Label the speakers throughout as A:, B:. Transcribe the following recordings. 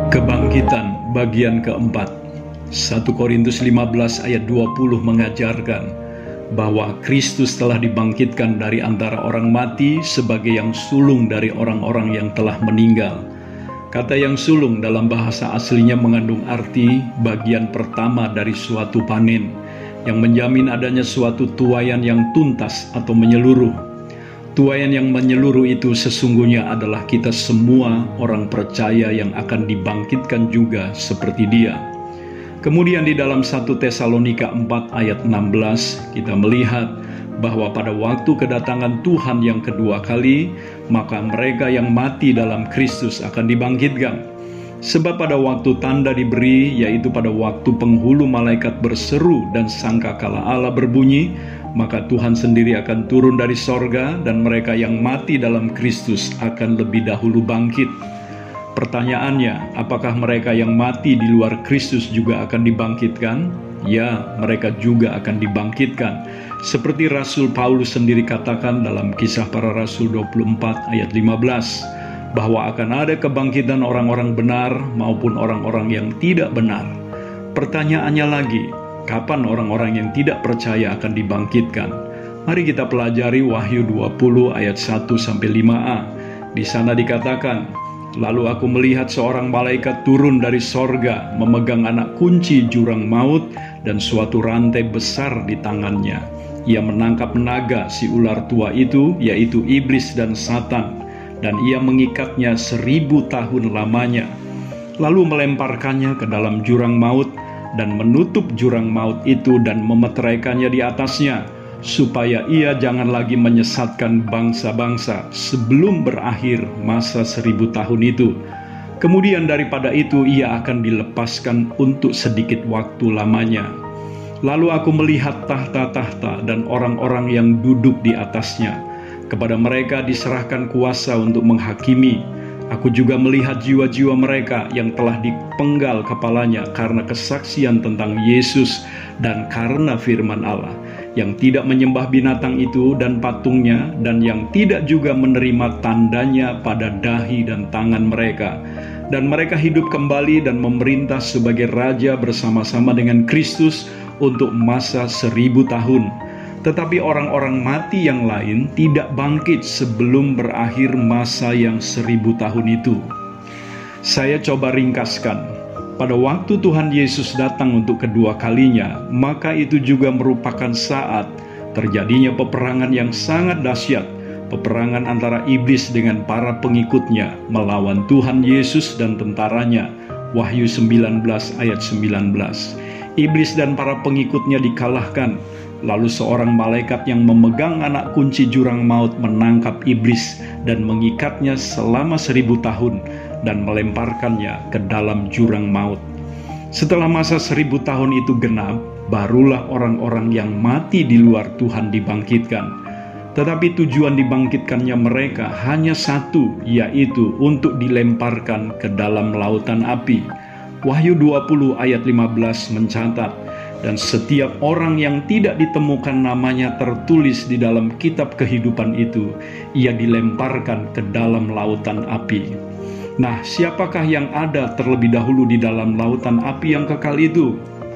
A: Kebangkitan bagian keempat. 1 Korintus 15 ayat 20 mengajarkan bahwa Kristus telah dibangkitkan dari antara orang mati sebagai yang sulung dari orang-orang yang telah meninggal. Kata yang sulung dalam bahasa aslinya mengandung arti bagian pertama dari suatu panen, yang menjamin adanya suatu tuaian yang tuntas atau menyeluruh. Tuaian yang menyeluruh itu sesungguhnya adalah kita semua orang percaya yang akan dibangkitkan juga seperti Dia. Kemudian di dalam 1 Tesalonika 4 ayat 16 kita melihat bahwa pada waktu kedatangan Tuhan yang kedua kali, maka mereka yang mati dalam Kristus akan dibangkitkan. Sebab pada waktu tanda diberi, yaitu pada waktu penghulu malaikat berseru dan sangkakala Allah berbunyi, maka Tuhan sendiri akan turun dari sorga dan mereka yang mati dalam Kristus akan lebih dahulu bangkit. Pertanyaannya, apakah mereka yang mati di luar Kristus juga akan dibangkitkan? Ya, mereka juga akan dibangkitkan. Seperti Rasul Paulus sendiri katakan dalam Kisah Para Rasul 24 ayat 15, bahwa akan ada kebangkitan orang-orang benar maupun orang-orang yang tidak benar. Pertanyaannya lagi, kapan orang-orang yang tidak percaya akan dibangkitkan? Mari kita pelajari Wahyu 20 ayat 1-5a. Di sana dikatakan, lalu aku melihat seorang malaikat turun dari sorga, memegang anak kunci jurang maut dan suatu rantai besar di tangannya. Ia menangkap naga si ular tua itu, yaitu iblis dan Satan, dan ia mengikatnya 1000 tahun lamanya, lalu melemparkannya ke dalam jurang maut dan menutup jurang maut itu dan memeteraikannya di atasnya, supaya ia jangan lagi menyesatkan bangsa-bangsa sebelum berakhir masa 1000 tahun itu. Kemudian daripada itu ia akan dilepaskan untuk sedikit waktu lamanya. Lalu aku melihat tahta-tahta dan orang-orang yang duduk di atasnya. Kepada mereka diserahkan kuasa untuk menghakimi. Aku juga melihat jiwa-jiwa mereka yang telah dipenggal kepalanya karena kesaksian tentang Yesus dan karena firman Allah, yang tidak menyembah binatang itu dan patungnya, dan yang tidak juga menerima tandanya pada dahi dan tangan mereka. Dan mereka hidup kembali dan memerintah sebagai raja bersama-sama dengan Kristus untuk masa 1000 tahun. Tetapi orang-orang mati yang lain tidak bangkit sebelum berakhir masa yang 1000 tahun itu. Saya coba ringkaskan. Pada waktu Tuhan Yesus datang untuk kedua kalinya, maka itu juga merupakan saat terjadinya peperangan yang sangat dahsyat. Peperangan antara iblis dengan para pengikutnya melawan Tuhan Yesus dan tentaranya. Wahyu 19 ayat 19. Iblis dan para pengikutnya dikalahkan. Lalu seorang malaikat yang memegang anak kunci jurang maut menangkap iblis dan mengikatnya selama 1000 tahun dan melemparkannya ke dalam jurang maut. Setelah masa 1000 tahun itu genap, barulah orang-orang yang mati di luar Tuhan dibangkitkan. Tetapi tujuan dibangkitkannya mereka hanya satu, yaitu untuk dilemparkan ke dalam lautan api. Wahyu 20 ayat 15 mencatat, dan setiap orang yang tidak ditemukan namanya tertulis di dalam kitab kehidupan itu, ia dilemparkan ke dalam lautan api. Nah, siapakah yang ada terlebih dahulu di dalam lautan api yang kekal itu?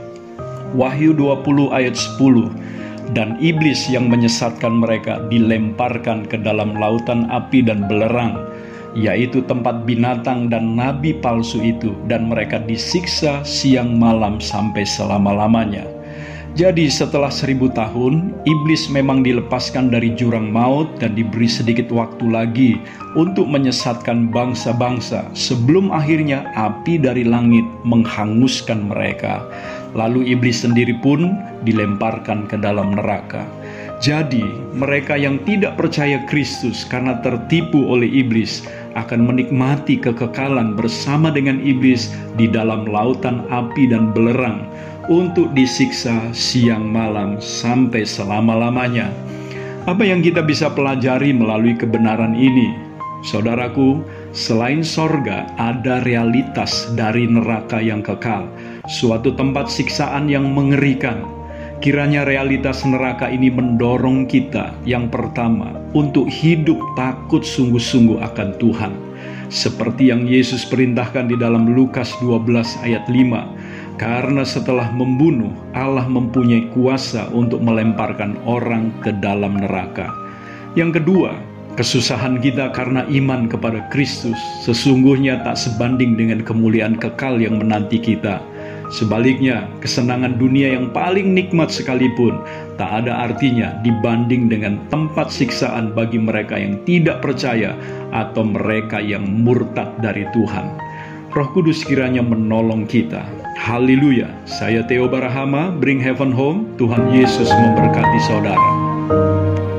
A: Wahyu 20 ayat 10. Dan iblis yang menyesatkan mereka dilemparkan ke dalam lautan api dan belerang, yaitu tempat binatang dan nabi palsu itu, dan mereka disiksa siang malam sampai selama-lamanya. Jadi setelah 1000 tahun, iblis memang dilepaskan dari jurang maut dan diberi sedikit waktu lagi untuk menyesatkan bangsa-bangsa sebelum akhirnya api dari langit menghanguskan mereka. Lalu iblis sendiri pun dilemparkan ke dalam neraka. Jadi mereka yang tidak percaya Kristus karena tertipu oleh iblis akan menikmati kekekalan bersama dengan iblis di dalam lautan api dan belerang untuk disiksa siang malam sampai selama-lamanya. Apa yang kita bisa pelajari melalui kebenaran ini? Saudaraku, selain sorga ada realitas dari neraka yang kekal, suatu tempat siksaan yang mengerikan. Kiranya realitas neraka ini mendorong kita, yang pertama, untuk hidup takut sungguh-sungguh akan Tuhan. seperti yang Yesus perintahkan di dalam Lukas 12 ayat 5. Karena setelah membunuh, Allah mempunyai kuasa untuk melemparkan orang ke dalam neraka. Yang kedua, kesusahan kita karena iman kepada Kristus sesungguhnya tak sebanding dengan kemuliaan kekal yang menanti kita. Sebaliknya, kesenangan dunia yang paling nikmat sekalipun tak ada artinya dibanding dengan tempat siksaan bagi mereka yang tidak percaya atau mereka yang murtad dari Tuhan. Roh Kudus kiranya menolong kita. Haleluya. Saya Theo Barahama, Bring Heaven Home. Tuhan Yesus memberkati saudara.